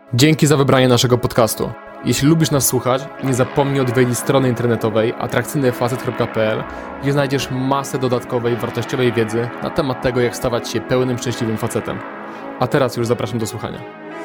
Dzięki za wybranie naszego podcastu. Jeśli lubisz nas słuchać, nie zapomnij odwiedzić strony internetowej atrakcyjnyfacet.pl, gdzie znajdziesz masę dodatkowej, wartościowej wiedzy na temat tego, jak stawać się pełnym, szczęśliwym facetem. A teraz już zapraszam do słuchania.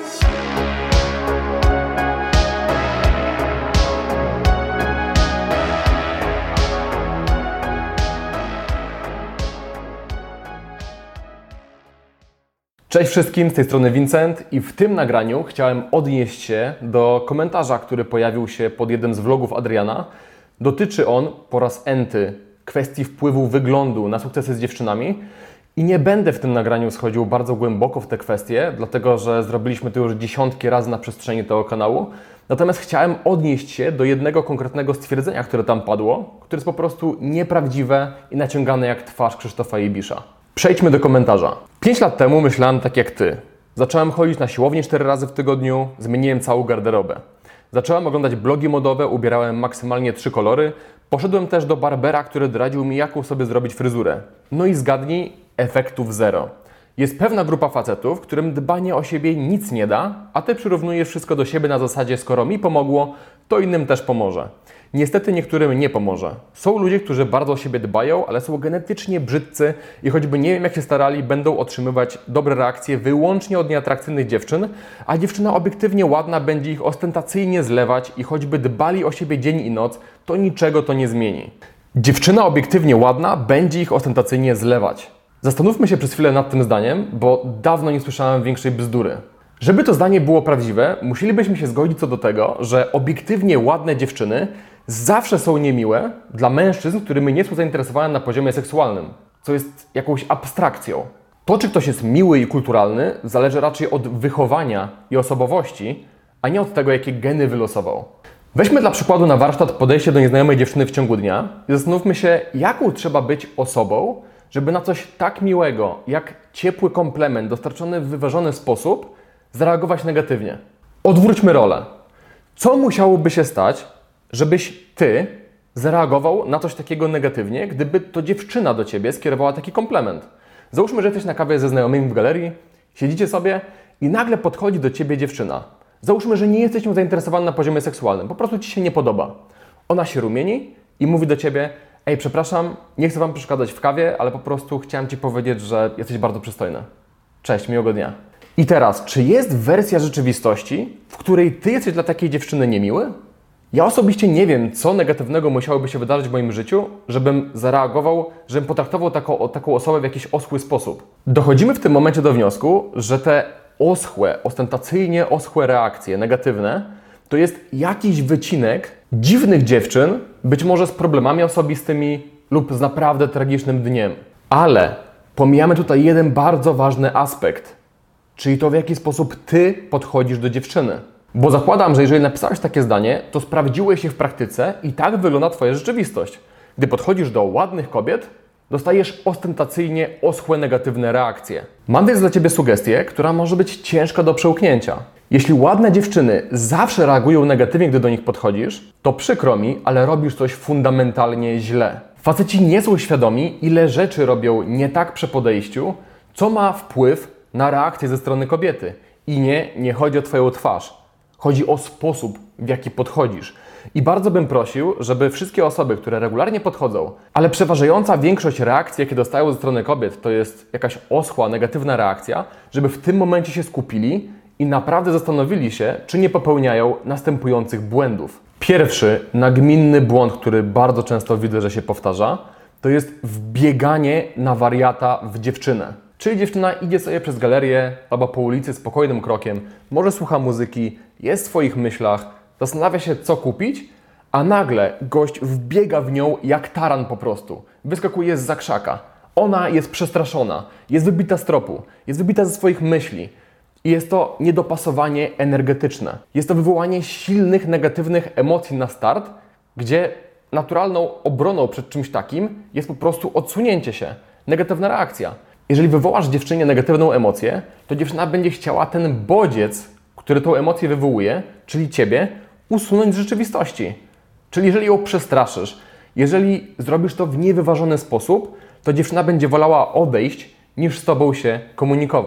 Cześć wszystkim, z tej strony Vincent i w tym nagraniu chciałem odnieść się do komentarza, który pojawił się pod jednym z vlogów Adriana. Dotyczy on po raz enty kwestii wpływu wyglądu na sukcesy z dziewczynami i nie będę w tym nagraniu schodził bardzo głęboko w te kwestie, dlatego że zrobiliśmy to już dziesiątki razy na przestrzeni tego kanału. Natomiast chciałem odnieść się do jednego konkretnego stwierdzenia, które tam padło, które jest po prostu nieprawdziwe i naciągane jak twarz Krzysztofa Jebisza. Przejdźmy do komentarza. 5 lat temu myślałem tak jak ty. Zacząłem chodzić na siłownię 4 razy w tygodniu, zmieniłem całą garderobę. Zacząłem oglądać blogi modowe, ubierałem maksymalnie 3 kolory. Poszedłem też do barbera, który doradził mi, jaką sobie zrobić fryzurę. No i zgadnij, efektów zero. Jest pewna grupa facetów, którym dbanie o siebie nic nie da, a ty przyrównujesz wszystko do siebie na zasadzie, skoro mi pomogło, to innym też pomoże. Niestety niektórym nie pomoże. Są ludzie, którzy bardzo o siebie dbają, ale są genetycznie brzydcy i choćby nie wiem jak się starali, będą otrzymywać dobre reakcje wyłącznie od nieatrakcyjnych dziewczyn, a dziewczyna obiektywnie ładna będzie ich ostentacyjnie zlewać i choćby dbali o siebie dzień i noc, to niczego to nie zmieni. Dziewczyna obiektywnie ładna będzie ich ostentacyjnie zlewać. Zastanówmy się przez chwilę nad tym zdaniem, bo dawno nie słyszałem większej bzdury. Żeby to zdanie było prawdziwe, musielibyśmy się zgodzić co do tego, że obiektywnie ładne dziewczyny zawsze są niemiłe dla mężczyzn, którymi nie są zainteresowane na poziomie seksualnym, co jest jakąś abstrakcją. To, czy ktoś jest miły i kulturalny, zależy raczej od wychowania i osobowości, a nie od tego, jakie geny wylosował. Weźmy dla przykładu na warsztat podejście do nieznajomej dziewczyny w ciągu dnia i zastanówmy się, jaką trzeba być osobą, żeby na coś tak miłego, jak ciepły komplement dostarczony w wyważony sposób, zareagować negatywnie. Odwróćmy rolę. Co musiałoby się stać, żebyś ty zareagował na coś takiego negatywnie, gdyby to dziewczyna do ciebie skierowała taki komplement? Załóżmy, że jesteś na kawie ze znajomymi w galerii, siedzicie sobie i nagle podchodzi do ciebie dziewczyna. Załóżmy, że nie jesteś nią zainteresowany na poziomie seksualnym, po prostu ci się nie podoba. Ona się rumieni i mówi do ciebie: ej, przepraszam, nie chcę wam przeszkadzać w kawie, ale po prostu chciałem ci powiedzieć, że jesteś bardzo przystojny. Cześć, miłego dnia. I teraz, czy jest wersja rzeczywistości, w której ty jesteś dla takiej dziewczyny niemiły? Ja osobiście nie wiem, co negatywnego musiałoby się wydarzyć w moim życiu, żebym zareagował, żebym potraktował taką osobę w jakiś oschły sposób. Dochodzimy w tym momencie do wniosku, że te oschłe, ostentacyjnie oschłe reakcje negatywne to jest jakiś wycinek dziwnych dziewczyn, być może z problemami osobistymi lub z naprawdę tragicznym dniem. Ale pomijamy tutaj jeden bardzo ważny aspekt, czyli to, w jaki sposób ty podchodzisz do dziewczyny. Bo zakładam, że jeżeli napisałeś takie zdanie, to sprawdziłeś się w praktyce i tak wygląda twoja rzeczywistość. Gdy podchodzisz do ładnych kobiet, dostajesz ostentacyjnie oschłe, negatywne reakcje. Mam więc dla ciebie sugestię, która może być ciężka do przełknięcia. Jeśli ładne dziewczyny zawsze reagują negatywnie, gdy do nich podchodzisz, to przykro mi, ale robisz coś fundamentalnie źle. Faceci nie są świadomi, ile rzeczy robią nie tak przy podejściu, co ma wpływ na reakcję ze strony kobiety. I nie chodzi o twoją twarz. Chodzi o sposób, w jaki podchodzisz. I bardzo bym prosił, żeby wszystkie osoby, które regularnie podchodzą, ale przeważająca większość reakcji, jakie dostają ze strony kobiet, to jest jakaś oschła, negatywna reakcja, żeby w tym momencie się skupili i naprawdę zastanowili się, czy nie popełniają następujących błędów. Pierwszy, nagminny błąd, który bardzo często widzę, że się powtarza, to jest wbieganie na wariata w dziewczynę. Czyli dziewczyna idzie sobie przez galerię albo po ulicy spokojnym krokiem, może słucha muzyki, jest w swoich myślach, zastanawia się, co kupić, a nagle gość wbiega w nią jak taran po prostu. Wyskakuje zza krzaka. Ona jest przestraszona, jest wybita z tropu, jest wybita ze swoich myśli. I jest to niedopasowanie energetyczne. Jest to wywołanie silnych, negatywnych emocji na start, gdzie naturalną obroną przed czymś takim jest po prostu odsunięcie się, negatywna reakcja. Jeżeli wywołasz dziewczynie negatywną emocję, to dziewczyna będzie chciała ten bodziec, który tą emocję wywołuje, czyli ciebie, usunąć z rzeczywistości. Czyli jeżeli ją przestraszysz, jeżeli zrobisz to w niewyważony sposób, to dziewczyna będzie wolała odejść, niż z tobą się komunikować.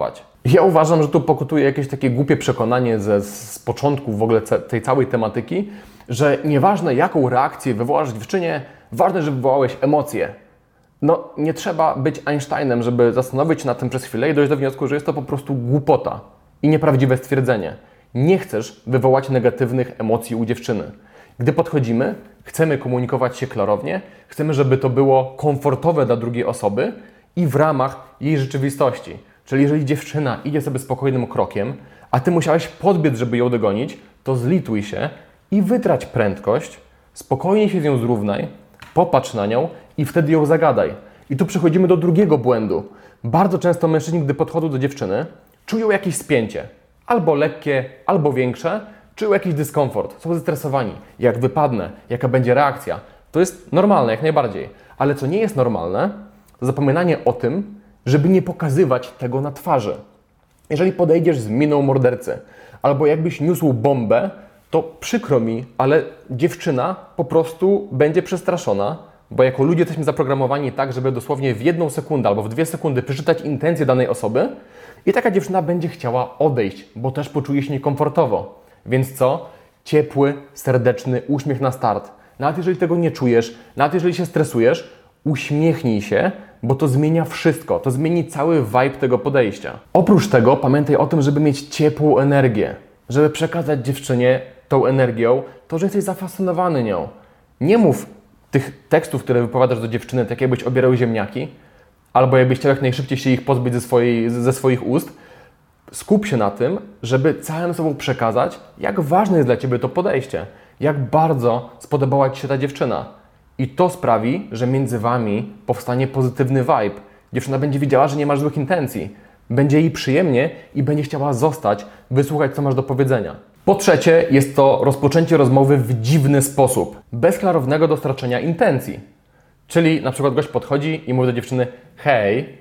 Ja uważam, że tu pokutuje jakieś takie głupie przekonanie z początku w ogóle tej całej tematyki, że nieważne jaką reakcję wywołasz dziewczynie, ważne, że wywołałeś emocje. No, nie trzeba być Einsteinem, żeby zastanowić się nad tym przez chwilę i dojść do wniosku, że jest to po prostu głupota i nieprawdziwe stwierdzenie. Nie chcesz wywołać negatywnych emocji u dziewczyny. Gdy podchodzimy, chcemy komunikować się klarownie, chcemy, żeby to było komfortowe dla drugiej osoby i w ramach jej rzeczywistości. Czyli jeżeli dziewczyna idzie sobie spokojnym krokiem, a Ty musiałeś podbiec, żeby ją dogonić, to zlituj się i wytrać prędkość, spokojnie się z nią zrównaj, popatrz na nią i wtedy ją zagadaj. I tu przechodzimy do drugiego błędu. Bardzo często mężczyźni, gdy podchodzą do dziewczyny, czują jakieś spięcie. Albo lekkie, albo większe, czują jakiś dyskomfort, są zestresowani. Jak wypadnę, jaka będzie reakcja. To jest normalne, jak najbardziej. Ale co nie jest normalne, to zapominanie o tym, żeby nie pokazywać tego na twarzy. Jeżeli podejdziesz z miną mordercy, albo jakbyś niósł bombę, to przykro mi, ale dziewczyna po prostu będzie przestraszona, bo jako ludzie jesteśmy zaprogramowani tak, żeby dosłownie w 1 sekundę albo w 2 sekundy przeczytać intencje danej osoby i taka dziewczyna będzie chciała odejść, bo też poczuje się niekomfortowo. Więc co? Ciepły, serdeczny uśmiech na start. Nawet jeżeli tego nie czujesz, nawet jeżeli się stresujesz, uśmiechnij się, bo to zmienia wszystko. To zmieni cały vibe tego podejścia. Oprócz tego pamiętaj o tym, żeby mieć ciepłą energię. Żeby przekazać dziewczynie tą energią to, że jesteś zafascynowany nią. Nie mów tych tekstów, które wypowiadasz do dziewczyny, tak jakbyś obierał ziemniaki, albo jakbyś chciał jak najszybciej się ich pozbyć ze swoich ust. Skup się na tym, żeby całym sobą przekazać, jak ważne jest dla Ciebie to podejście. Jak bardzo spodobała Ci się ta dziewczyna. I to sprawi, że między Wami powstanie pozytywny vibe. Dziewczyna będzie wiedziała, że nie masz złych intencji. Będzie jej przyjemnie i będzie chciała zostać, wysłuchać, co masz do powiedzenia. Po trzecie, jest to rozpoczęcie rozmowy w dziwny sposób, bez klarownego dostarczenia intencji. Czyli na przykład gość podchodzi i mówi do dziewczyny: hej,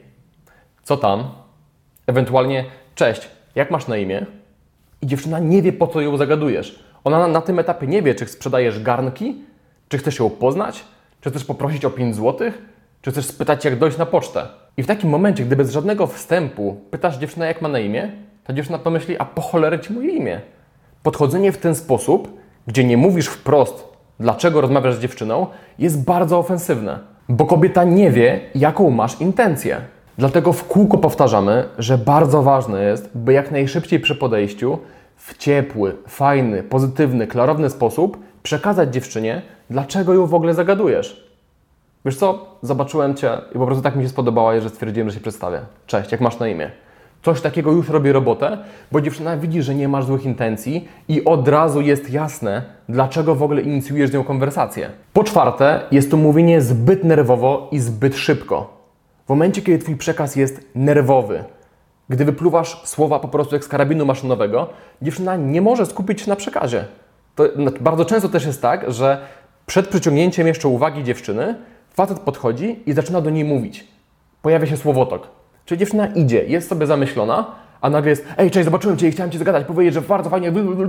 co tam? Ewentualnie: cześć, jak masz na imię? I dziewczyna nie wie, po co ją zagadujesz. Ona na tym etapie nie wie, czy sprzedajesz garnki, czy chcesz ją poznać, czy chcesz poprosić o 5 zł, czy chcesz spytać, jak dojść na pocztę. I w takim momencie, gdy bez żadnego wstępu pytasz dziewczynę, jak ma na imię, ta dziewczyna pomyśli: a po cholerę Ci moje imię? Podchodzenie w ten sposób, gdzie nie mówisz wprost, dlaczego rozmawiasz z dziewczyną, jest bardzo ofensywne, bo kobieta nie wie, jaką masz intencję. Dlatego w kółko powtarzamy, że bardzo ważne jest, by jak najszybciej przy podejściu w ciepły, fajny, pozytywny, klarowny sposób przekazać dziewczynie, dlaczego ją w ogóle zagadujesz. Wiesz co? Zobaczyłem Cię i po prostu tak mi się spodobała, że stwierdziłem, że się przedstawię. Cześć, jak masz na imię? Coś takiego już robi robotę, bo dziewczyna widzi, że nie masz złych intencji i od razu jest jasne, dlaczego w ogóle inicjujesz z nią konwersację. Po czwarte, jest to mówienie zbyt nerwowo i zbyt szybko. W momencie, kiedy Twój przekaz jest nerwowy, gdy wypluwasz słowa po prostu jak z karabinu maszynowego, dziewczyna nie może skupić się na przekazie. To bardzo często też jest tak, że przed przyciągnięciem jeszcze uwagi dziewczyny facet podchodzi i zaczyna do niej mówić. Pojawia się słowotok. Czyli dziewczyna idzie, jest sobie zamyślona, a nagle jest: ej, cześć, zobaczyłem Cię i chciałem Cię zagadać, powiedzieć, że bardzo fajnie.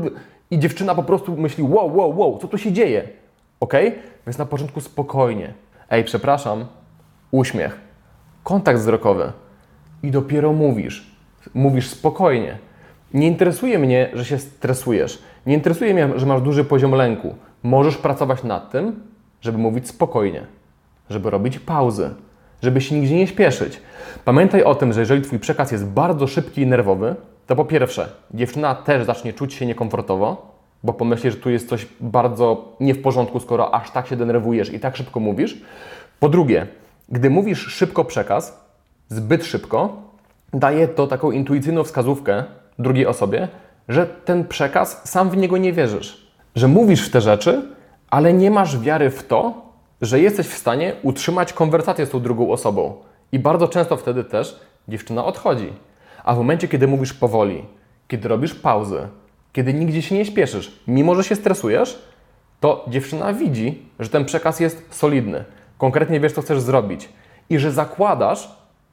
I dziewczyna po prostu myśli: wow, co tu się dzieje? Ok? Więc na początku spokojnie. Ej, przepraszam, uśmiech, kontakt wzrokowy i dopiero mówisz. Mówisz spokojnie. Nie interesuje mnie, że się stresujesz. Nie interesuje mnie, że masz duży poziom lęku. Możesz pracować nad tym, żeby mówić spokojnie, żeby robić pauzy, żeby się nigdzie nie śpieszyć. Pamiętaj o tym, że jeżeli Twój przekaz jest bardzo szybki i nerwowy, to po pierwsze, dziewczyna też zacznie czuć się niekomfortowo, bo pomyśli, że tu jest coś bardzo nie w porządku, skoro aż tak się denerwujesz i tak szybko mówisz. Po drugie, gdy mówisz szybko przekaz, zbyt szybko, daje to taką intuicyjną wskazówkę drugiej osobie, że ten przekaz, sam w niego nie wierzysz. Że mówisz w te rzeczy, ale nie masz wiary w to, że jesteś w stanie utrzymać konwersację z tą drugą osobą. I bardzo często wtedy też dziewczyna odchodzi. A w momencie, kiedy mówisz powoli, kiedy robisz pauzy, kiedy nigdzie się nie śpieszysz, mimo że się stresujesz, to dziewczyna widzi, że ten przekaz jest solidny. Konkretnie wiesz, co chcesz zrobić. I że zakładasz,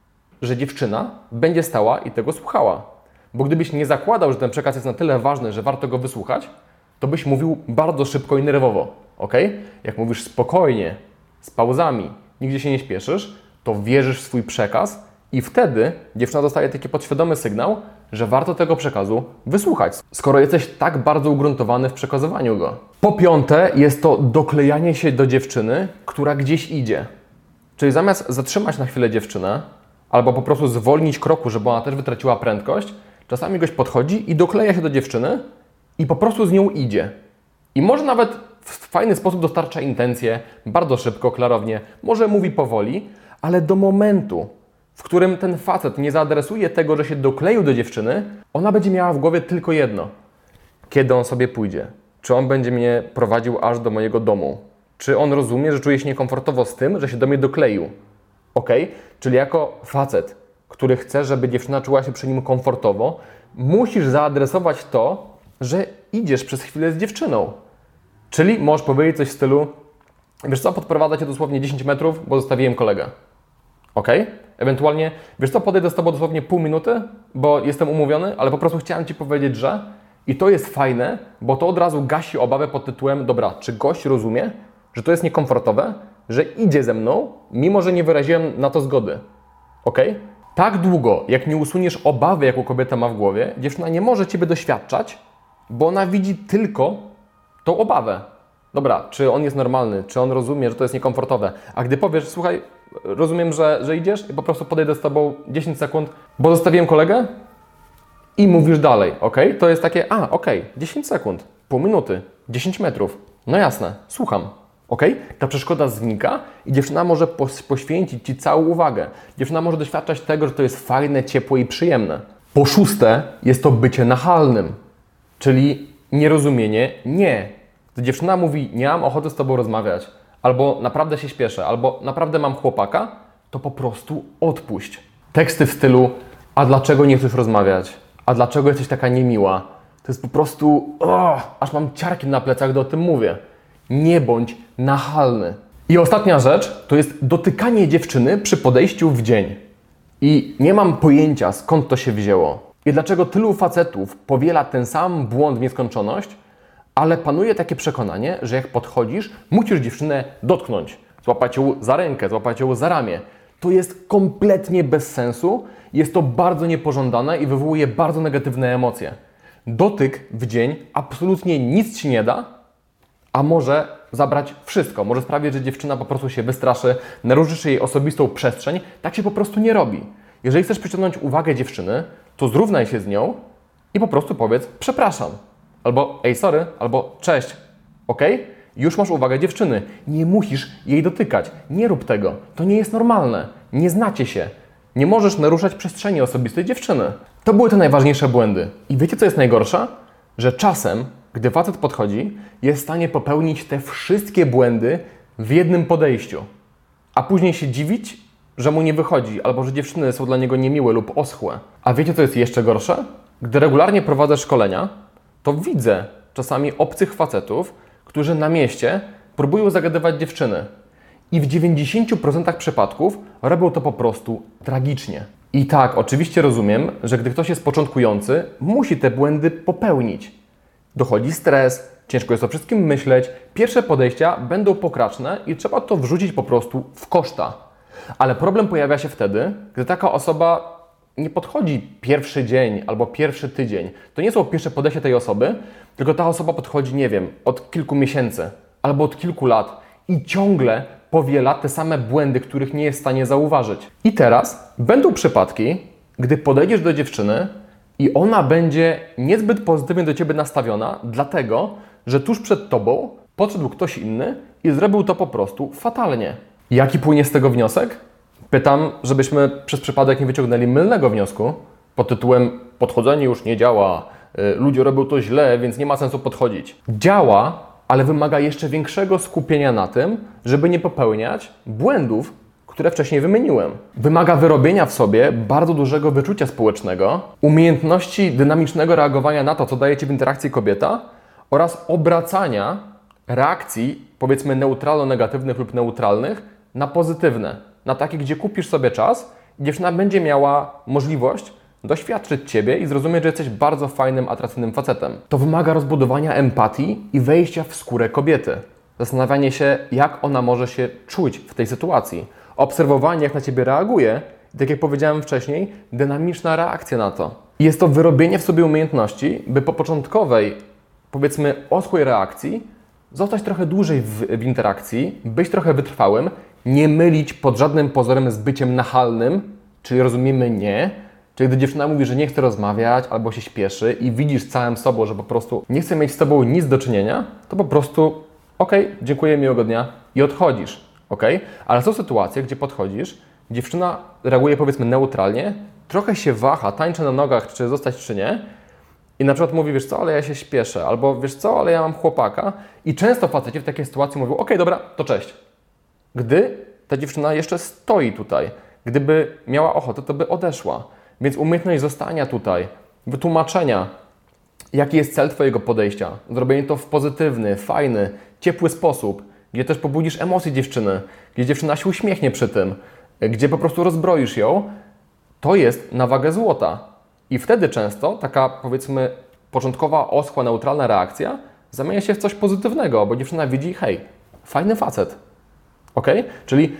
że dziewczyna będzie stała i tego słuchała. Bo gdybyś nie zakładał, że ten przekaz jest na tyle ważny, że warto go wysłuchać, to byś mówił bardzo szybko i nerwowo. Ok? Jak mówisz spokojnie, z pauzami, nigdzie się nie śpieszysz, to wierzysz w swój przekaz I wtedy dziewczyna dostaje taki podświadomy sygnał, że warto tego przekazu wysłuchać, skoro jesteś tak bardzo ugruntowany w przekazywaniu go. Po piąte, jest to doklejanie się do dziewczyny, która gdzieś idzie. Czyli zamiast zatrzymać na chwilę dziewczynę, albo po prostu zwolnić kroku, żeby ona też wytraciła prędkość, czasami gość podchodzi i dokleja się do dziewczyny i po prostu z nią idzie. I może nawet w fajny sposób dostarcza intencje, bardzo szybko, klarownie, może mówi powoli, ale do momentu, w którym ten facet nie zaadresuje tego, że się dokleił do dziewczyny, ona będzie miała w głowie tylko jedno. Kiedy on sobie pójdzie? Czy on będzie mnie prowadził aż do mojego domu? Czy on rozumie, że czuje się niekomfortowo z tym, że się do mnie dokleił? Ok? Czyli jako facet, który chce, żeby dziewczyna czuła się przy nim komfortowo, musisz zaadresować to, że idziesz przez chwilę z dziewczyną. Czyli możesz powiedzieć coś w stylu: wiesz co, podprowadzę Cię dosłownie 10 metrów, bo zostawiłem kolegę. Ok? Ewentualnie, wiesz co, podejdę z Tobą dosłownie pół minuty, bo jestem umówiony, ale po prostu chciałem Ci powiedzieć, że... I to jest fajne, bo to od razu gasi obawę pod tytułem: dobra, czy gość rozumie, że to jest niekomfortowe, że idzie ze mną, mimo że nie wyraziłem na to zgody. Ok? Tak długo, jak nie usuniesz obawy, jaką kobieta ma w głowie, dziewczyna nie może Ciebie doświadczać, bo ona widzi tylko tą obawę. Dobra, czy on jest normalny, czy on rozumie, że to jest niekomfortowe. A gdy powiesz: słuchaj, rozumiem, że idziesz i po prostu podejdę z Tobą 10 sekund, bo zostawiłem kolegę, i mówisz dalej, ok? To jest takie: ok, 10 sekund, pół minuty, 10 metrów. No jasne, słucham. Ok? Ta przeszkoda znika i dziewczyna może poświęcić Ci całą uwagę. Dziewczyna może doświadczać tego, że to jest fajne, ciepłe i przyjemne. Po szóste, jest to bycie nachalnym, czyli nierozumienie nie. Gdy dziewczyna mówi: nie mam ochoty z Tobą rozmawiać, albo naprawdę się śpieszę, albo naprawdę mam chłopaka, to po prostu odpuść. Teksty w stylu: a dlaczego nie chcesz rozmawiać? A dlaczego jesteś taka niemiła? To jest po prostu... aż mam ciarki na plecach, gdy o tym mówię. Nie bądź nachalny. I ostatnia rzecz to jest dotykanie dziewczyny przy podejściu w dzień. I nie mam pojęcia, skąd to się wzięło. I dlaczego tylu facetów powiela ten sam błąd w nieskończoność, ale panuje takie przekonanie, że jak podchodzisz, musisz dziewczynę dotknąć. Złapać ją za rękę, złapać ją za ramię. To jest kompletnie bez sensu, jest to bardzo niepożądane i wywołuje bardzo negatywne emocje. Dotyk w dzień absolutnie nic Ci nie da, a może zabrać wszystko. Może sprawić, że dziewczyna po prostu się wystraszy, naruszysz jej osobistą przestrzeń. Tak się po prostu nie robi. Jeżeli chcesz przyciągnąć uwagę dziewczyny, to zrównaj się z nią i po prostu powiedz: przepraszam, albo ej, sorry, albo cześć, ok? Już masz uwagę dziewczyny. Nie musisz jej dotykać. Nie rób tego. To nie jest normalne. Nie znacie się. Nie możesz naruszać przestrzeni osobistej dziewczyny. To były te najważniejsze błędy. I wiecie, co jest najgorsze? Że czasem, gdy facet podchodzi, jest w stanie popełnić te wszystkie błędy w jednym podejściu. A później się dziwić, że mu nie wychodzi, albo że dziewczyny są dla niego niemiłe lub oschłe. A wiecie, co jest jeszcze gorsze? Gdy regularnie prowadzę szkolenia, to widzę czasami obcych facetów, którzy na mieście próbują zagadywać dziewczyny. I w 90% przypadków robią to po prostu tragicznie. I tak, oczywiście rozumiem, że gdy ktoś jest początkujący, musi te błędy popełnić. Dochodzi stres, ciężko jest o wszystkim myśleć, pierwsze podejścia będą pokraczne i trzeba to wrzucić po prostu w koszta. Ale problem pojawia się wtedy, gdy taka osoba nie podchodzi pierwszy dzień albo pierwszy tydzień. To nie są pierwsze podejścia tej osoby, tylko ta osoba podchodzi, nie wiem, od kilku miesięcy albo od kilku lat i ciągle powiela te same błędy, których nie jest w stanie zauważyć. I teraz będą przypadki, gdy podejdziesz do dziewczyny i ona będzie niezbyt pozytywnie do Ciebie nastawiona, dlatego, że tuż przed Tobą podszedł ktoś inny i zrobił to po prostu fatalnie. Jaki płynie z tego wniosek? Pytam, żebyśmy przez przypadek nie wyciągnęli mylnego wniosku pod tytułem: podchodzenie już nie działa, ludzie robią to źle, więc nie ma sensu podchodzić. Działa, ale wymaga jeszcze większego skupienia na tym, żeby nie popełniać błędów, które wcześniej wymieniłem. Wymaga wyrobienia w sobie bardzo dużego wyczucia społecznego, umiejętności dynamicznego reagowania na to, co daje Ci w interakcji kobieta oraz obracania reakcji, powiedzmy neutralno-negatywnych lub neutralnych, na pozytywne. Na takie, gdzie kupisz sobie czas i dziewczyna będzie miała możliwość doświadczyć Ciebie i zrozumieć, że jesteś bardzo fajnym, atrakcyjnym facetem. To wymaga rozbudowania empatii i wejścia w skórę kobiety. Zastanawianie się, jak ona może się czuć w tej sytuacji. Obserwowanie, jak na Ciebie reaguje tak jak powiedziałem wcześniej, dynamiczna reakcja na to. I jest to wyrobienie w sobie umiejętności, by po początkowej, powiedzmy, oschłej reakcji zostać trochę dłużej w interakcji, być trochę wytrwałym, nie mylić pod żadnym pozorem z byciem nachalnym, czyli rozumiemy nie. Czyli gdy dziewczyna mówi, że nie chce rozmawiać albo się śpieszy i widzisz całym sobą, że po prostu nie chce mieć z tobą nic do czynienia, to po prostu okej, dziękuję, miłego dnia i odchodzisz, okej? Ale są sytuacje, gdzie podchodzisz, dziewczyna reaguje powiedzmy neutralnie, trochę się waha, tańczy na nogach, czy zostać, czy nie i na przykład mówi, wiesz co, ale ja się śpieszę, albo wiesz co, ale ja mam chłopaka i często faceci w takiej sytuacji mówią, okej, dobra, to cześć. Gdy ta dziewczyna jeszcze stoi tutaj, gdyby miała ochotę, to by odeszła. Więc umiejętność zostania tutaj, wytłumaczenia, jaki jest cel Twojego podejścia, zrobienie to w pozytywny, fajny, ciepły sposób, gdzie też pobudzisz emocje dziewczyny, gdzie dziewczyna się uśmiechnie przy tym, gdzie po prostu rozbroisz ją, to jest na wagę złota. I wtedy często taka, powiedzmy, początkowa, oschła, neutralna reakcja zamienia się w coś pozytywnego, bo dziewczyna widzi, hej, fajny facet. Ok? Czyli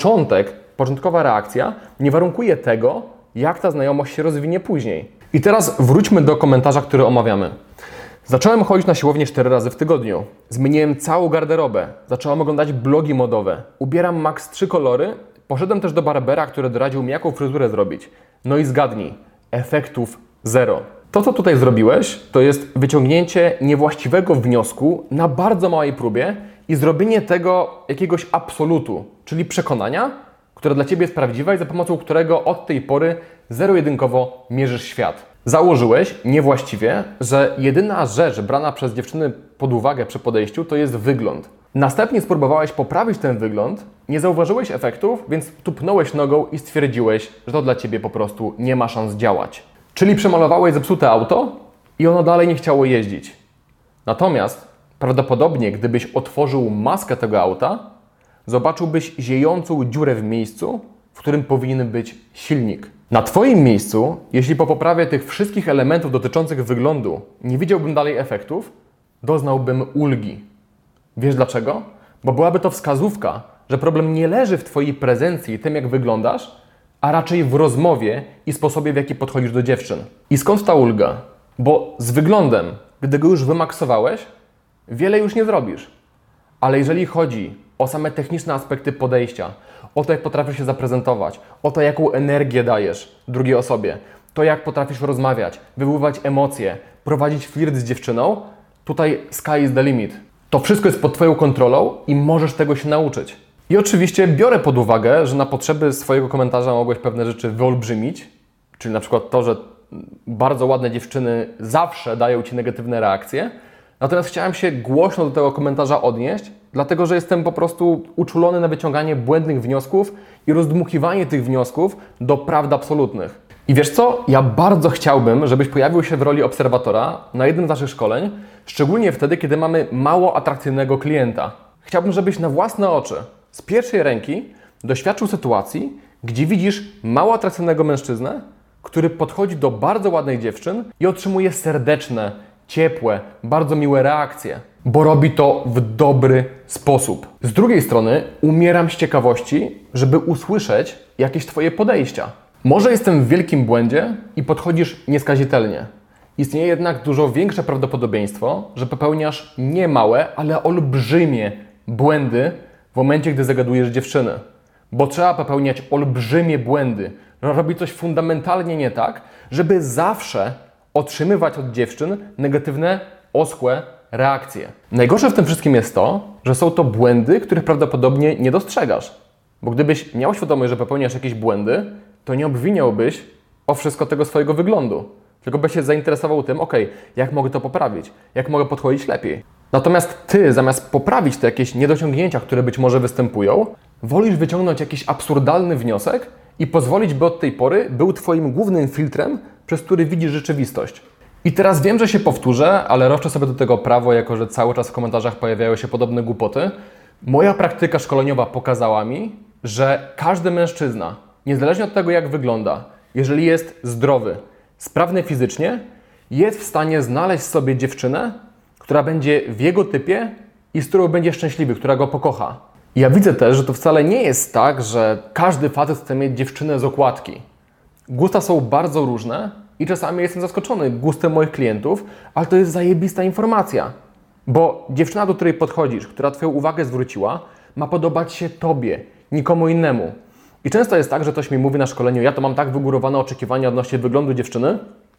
początkowa reakcja nie warunkuje tego, jak ta znajomość się rozwinie później. I teraz wróćmy do komentarza, który omawiamy. Zacząłem chodzić na siłownię 4 razy w tygodniu. Zmieniłem całą garderobę. Zacząłem oglądać blogi modowe. Ubieram max 3 kolory. Poszedłem też do barbera, który doradził mi, jaką fryzurę zrobić. No i zgadnij, efektów zero. To, co tutaj zrobiłeś, to jest wyciągnięcie niewłaściwego wniosku na bardzo małej próbie i zrobienie tego jakiegoś absolutu, czyli przekonania, które dla Ciebie jest prawdziwe i za pomocą którego od tej pory zero-jedynkowo mierzysz świat. Założyłeś niewłaściwie, że jedyna rzecz brana przez dziewczyny pod uwagę przy podejściu to jest wygląd. Następnie spróbowałeś poprawić ten wygląd, nie zauważyłeś efektów, więc tupnąłeś nogą i stwierdziłeś, że to dla Ciebie po prostu nie ma szans działać. Czyli przemalowałeś zepsute auto i ono dalej nie chciało jeździć. Natomiast prawdopodobnie, gdybyś otworzył maskę tego auta, zobaczyłbyś ziejącą dziurę w miejscu, w którym powinien być silnik. Na Twoim miejscu, jeśli po poprawie tych wszystkich elementów dotyczących wyglądu nie widziałbym dalej efektów, doznałbym ulgi. Wiesz dlaczego? Bo byłaby to wskazówka, że problem nie leży w Twojej prezencji i tym, jak wyglądasz, a raczej w rozmowie i sposobie, w jaki podchodzisz do dziewczyn. I skąd ta ulga? Bo z wyglądem, gdy go już wymaksowałeś, wiele już nie zrobisz. Ale jeżeli chodzi o same techniczne aspekty podejścia, o to, jak potrafisz się zaprezentować, o to, jaką energię dajesz drugiej osobie, to, jak potrafisz rozmawiać, wywoływać emocje, prowadzić flirt z dziewczyną, tutaj sky is the limit. To wszystko jest pod Twoją kontrolą i możesz tego się nauczyć. I oczywiście biorę pod uwagę, że na potrzeby swojego komentarza mogłeś pewne rzeczy wyolbrzymić, czyli na przykład to, że bardzo ładne dziewczyny zawsze dają Ci negatywne reakcje. Natomiast chciałem się głośno do tego komentarza odnieść, dlatego że jestem po prostu uczulony na wyciąganie błędnych wniosków i rozdmuchiwanie tych wniosków do prawd absolutnych. I wiesz co? Ja bardzo chciałbym, żebyś pojawił się w roli obserwatora na jednym z naszych szkoleń, szczególnie wtedy, kiedy mamy mało atrakcyjnego klienta. Chciałbym, żebyś na własne oczy, z pierwszej ręki, doświadczył sytuacji, gdzie widzisz mało atrakcyjnego mężczyznę, który podchodzi do bardzo ładnych dziewczyn i otrzymuje serdeczne, ciepłe, bardzo miłe reakcje, bo robi to w dobry sposób. Z drugiej strony umieram z ciekawości, żeby usłyszeć jakieś Twoje podejścia. Może jestem w wielkim błędzie i podchodzisz nieskazitelnie. Istnieje jednak dużo większe prawdopodobieństwo, że popełniasz nie małe, ale olbrzymie błędy w momencie, gdy zagadujesz dziewczyny. Bo trzeba popełniać olbrzymie błędy, robić coś fundamentalnie nie tak, żeby zawsze otrzymywać od dziewczyn negatywne, oschłe reakcje. Najgorsze w tym wszystkim jest to, że są to błędy, których prawdopodobnie nie dostrzegasz. Bo gdybyś miał świadomość, że popełniasz jakieś błędy, to nie obwiniałbyś o wszystko tego swojego wyglądu. Tylko byś się zainteresował tym, jak mogę to poprawić, jak mogę podchodzić lepiej. Natomiast Ty, zamiast poprawić te jakieś niedociągnięcia, które być może występują, wolisz wyciągnąć jakiś absurdalny wniosek i pozwolić, by od tej pory był Twoim głównym filtrem, przez który widzisz rzeczywistość. I teraz wiem, że się powtórzę, ale roszczę sobie do tego prawo, jako że cały czas w komentarzach pojawiają się podobne głupoty. Moja praktyka szkoleniowa pokazała mi, że każdy mężczyzna, niezależnie od tego, jak wygląda, jeżeli jest zdrowy, sprawny fizycznie, jest w stanie znaleźć sobie dziewczynę, która będzie w jego typie i z którą będzie szczęśliwy, która go pokocha. Ja widzę też, że to wcale nie jest tak, że każdy facet chce mieć dziewczynę z okładki. Gusta są bardzo różne i czasami jestem zaskoczony gustem moich klientów, ale to jest zajebista informacja. Bo dziewczyna, do której podchodzisz, która Twoją uwagę zwróciła, ma podobać się Tobie, nikomu innemu. I często jest tak, że ktoś mi mówi na szkoleniu, ja to mam tak wygórowane oczekiwania odnośnie wyglądu dziewczyny,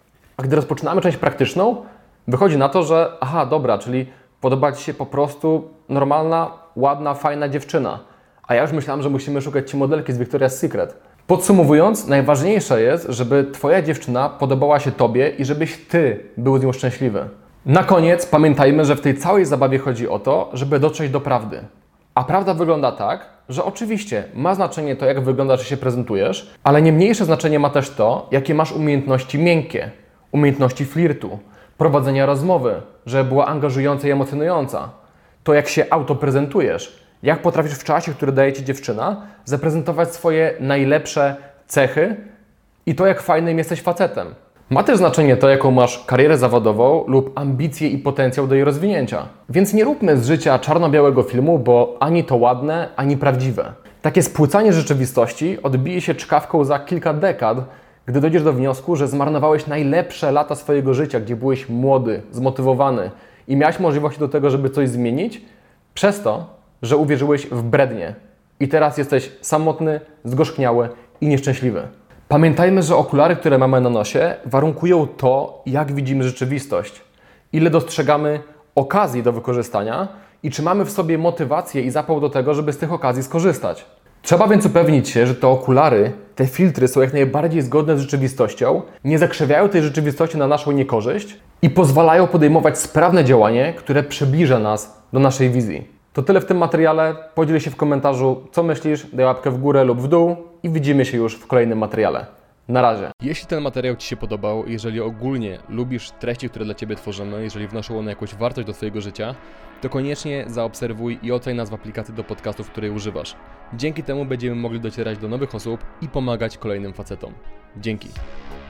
a gdy rozpoczynamy część praktyczną, wychodzi na to, że aha, dobra, czyli podoba Ci się po prostu normalna, ładna, fajna dziewczyna. A ja już myślałem, że musimy szukać Ci modelki z Victoria's Secret. Podsumowując, najważniejsze jest, żeby Twoja dziewczyna podobała się Tobie i żebyś Ty był z nią szczęśliwy. Na koniec pamiętajmy, że w tej całej zabawie chodzi o to, żeby dotrzeć do prawdy. A prawda wygląda tak, że oczywiście ma znaczenie to, jak wyglądasz i się prezentujesz, ale nie mniejsze znaczenie ma też to, jakie masz umiejętności miękkie, umiejętności flirtu, prowadzenia rozmowy, żeby była angażująca i emocjonująca. To, jak się autoprezentujesz, jak potrafisz w czasie, który daje Ci dziewczyna, zaprezentować swoje najlepsze cechy i to, jak fajnym jesteś facetem. Ma też znaczenie to, jaką masz karierę zawodową lub ambicje i potencjał do jej rozwinięcia. Więc nie róbmy z życia czarno-białego filmu, bo ani to ładne, ani prawdziwe. Takie spłycanie rzeczywistości odbije się czkawką za kilka dekad, gdy dojdziesz do wniosku, że zmarnowałeś najlepsze lata swojego życia, gdzie byłeś młody, zmotywowany i miałeś możliwości do tego, żeby coś zmienić, przez to, że uwierzyłeś w brednie. I teraz jesteś samotny, zgorzkniały i nieszczęśliwy. Pamiętajmy, że okulary, które mamy na nosie, warunkują to, jak widzimy rzeczywistość, ile dostrzegamy okazji do wykorzystania i czy mamy w sobie motywację i zapał do tego, żeby z tych okazji skorzystać. Trzeba więc upewnić się, że te okulary, te filtry są jak najbardziej zgodne z rzeczywistością, nie zakrzywiają tej rzeczywistości na naszą niekorzyść i pozwalają podejmować sprawne działanie, które przybliża nas do naszej wizji. To tyle w tym materiale. Podziel się w komentarzu, co myślisz, daj łapkę w górę lub w dół i widzimy się już w kolejnym materiale. Na razie. Jeśli ten materiał Ci się podobał, jeżeli ogólnie lubisz treści, które dla Ciebie tworzymy, jeżeli wnoszą one jakąś wartość do Twojego życia, to koniecznie zaobserwuj i oceń nas w aplikacji do podcastów, której używasz. Dzięki temu będziemy mogli docierać do nowych osób i pomagać kolejnym facetom. Dzięki.